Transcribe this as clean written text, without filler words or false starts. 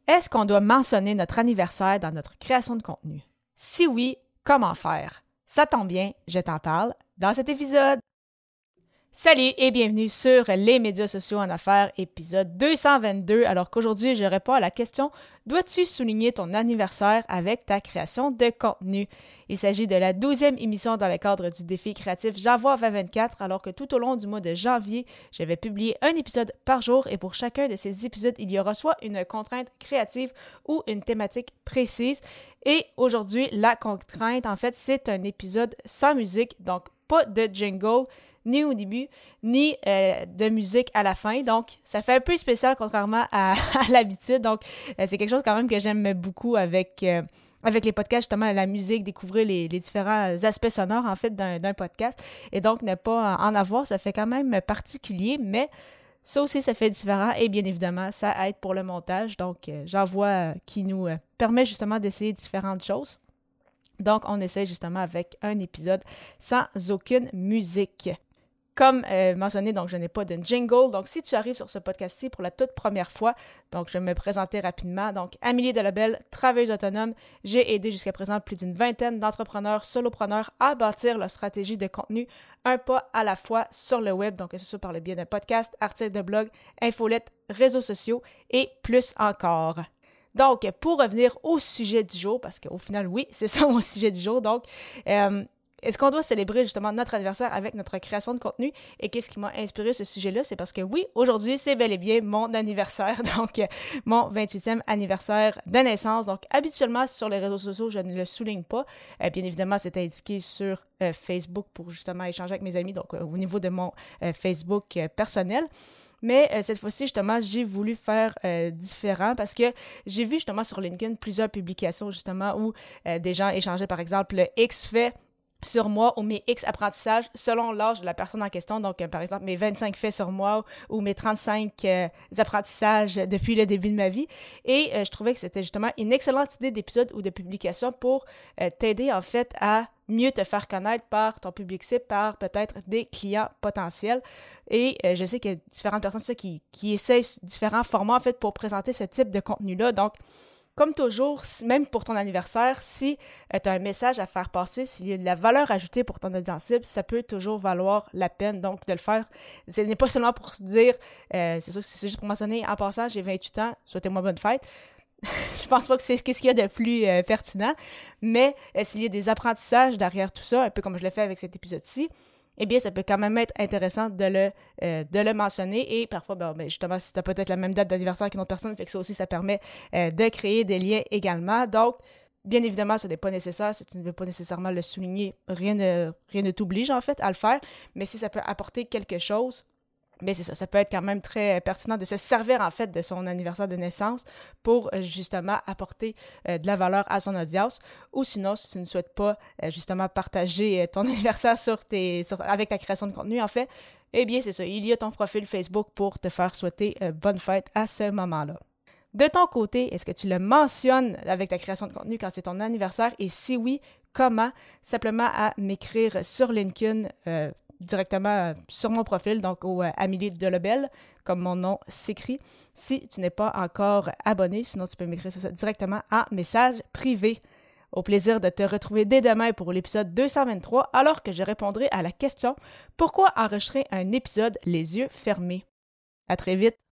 Est-ce qu'on doit mentionner notre anniversaire dans notre création de contenu? Si oui, comment faire? Ça tombe bien, je t'en parle dans cet épisode. Salut et bienvenue sur les médias sociaux en affaires, épisode 222, alors qu'aujourd'hui, je réponds à la question « Dois-tu souligner ton anniversaire avec ta création de contenu? » Il s'agit de la 12e émission dans le cadre du défi créatif J'envoie 2024, alors que tout au long du mois de janvier, je vais publier un épisode par jour et pour chacun de ces épisodes, il y aura soit une contrainte créative ou une thématique précise. Et aujourd'hui, la contrainte, en fait, c'est un épisode sans musique, donc pas de jingle, ni au début, ni de musique à la fin. Donc, ça fait un peu spécial contrairement à l'habitude. Donc, c'est quelque chose quand même que j'aime beaucoup avec les podcasts, justement, la musique, découvrir les différents aspects sonores, en fait, d'un podcast. Et donc, ne pas en avoir, ça fait quand même particulier, mais ça aussi, ça fait différent. Et bien évidemment, ça aide pour le montage. Donc, j'envoie qui nous permet justement d'essayer différentes choses. Donc, on essaie justement avec un épisode sans aucune musique. Comme mentionné, donc je n'ai pas de jingle. Donc, si tu arrives sur ce podcast-ci pour la toute première fois, donc je vais me présenter rapidement. Donc, Amélie Delobel, travailleuse autonome. J'ai aidé jusqu'à présent plus d'une vingtaine d'entrepreneurs, solopreneurs à bâtir leur stratégie de contenu un pas à la fois sur le web. Donc, que ce soit par le biais d'un podcast, article de blog, infolette, réseaux sociaux et plus encore. Donc, pour revenir au sujet du jour, parce qu'au final, oui, c'est ça mon sujet du jour. Donc, est-ce qu'on doit célébrer justement notre anniversaire avec notre création de contenu? Et qu'est-ce qui m'a inspiré ce sujet-là? C'est parce que oui, aujourd'hui, c'est bel et bien mon anniversaire, donc mon 28e anniversaire de naissance. Donc, habituellement, sur les réseaux sociaux, je ne le souligne pas. Bien évidemment, c'est indiqué sur Facebook pour justement échanger avec mes amis, donc au niveau de mon Facebook personnel. Mais cette fois-ci, justement, j'ai voulu faire différent parce que j'ai vu justement sur LinkedIn plusieurs publications justement où des gens échangeaient par exemple le X fait sur moi ou mes X apprentissages selon l'âge de la personne en question. Donc, par exemple, mes 25 faits sur moi ou mes 35 apprentissages depuis le début de ma vie. Et je trouvais que c'était justement une excellente idée d'épisode ou de publication pour t'aider en fait à mieux te faire connaître par ton public cible, par peut-être des clients potentiels. Et je sais qu'il y a différentes personnes qui essayent différents formats en fait pour présenter ce type de contenu-là. Donc, comme toujours, même pour ton anniversaire, si tu as un message à faire passer, s'il y a de la valeur ajoutée pour ton audience cible, ça peut toujours valoir la peine donc de le faire. Ce n'est pas seulement pour se dire, c'est sûr que c'est juste pour mentionner, en passant, j'ai 28 ans, souhaitez-moi bonne fête. Je pense pas que c'est ce qu'il y a de plus pertinent, mais s'il y a des apprentissages derrière tout ça, un peu comme je l'ai fait avec cet épisode-ci, eh bien, ça peut quand même être intéressant de le mentionner. Et parfois, justement, si tu as peut-être la même date d'anniversaire qu'une autre personne, fait que ça aussi, ça permet de créer des liens également. Donc, bien évidemment, ce n'est pas nécessaire. Si tu ne veux pas nécessairement le souligner, rien ne t'oblige, en fait, à le faire. Mais si ça peut apporter quelque chose, mais c'est ça peut être quand même très pertinent de se servir en fait de son anniversaire de naissance pour justement apporter de la valeur à son audience. Ou sinon, si tu ne souhaites pas justement partager ton anniversaire avec ta création de contenu en fait, eh bien c'est ça, il y a ton profil Facebook pour te faire souhaiter bonne fête à ce moment-là. De ton côté, est-ce que tu le mentionnes avec ta création de contenu quand c'est ton anniversaire? Et si oui, comment? Simplement à m'écrire sur LinkedIn directement sur mon profil, donc au Amélie Delobel, comme mon nom s'écrit. Si tu n'es pas encore abonné, sinon tu peux m'écrire ça directement en message privé. Au plaisir de te retrouver dès demain pour l'épisode 223, alors que je répondrai à la question « Pourquoi enregistrer un épisode les yeux fermés? » À très vite!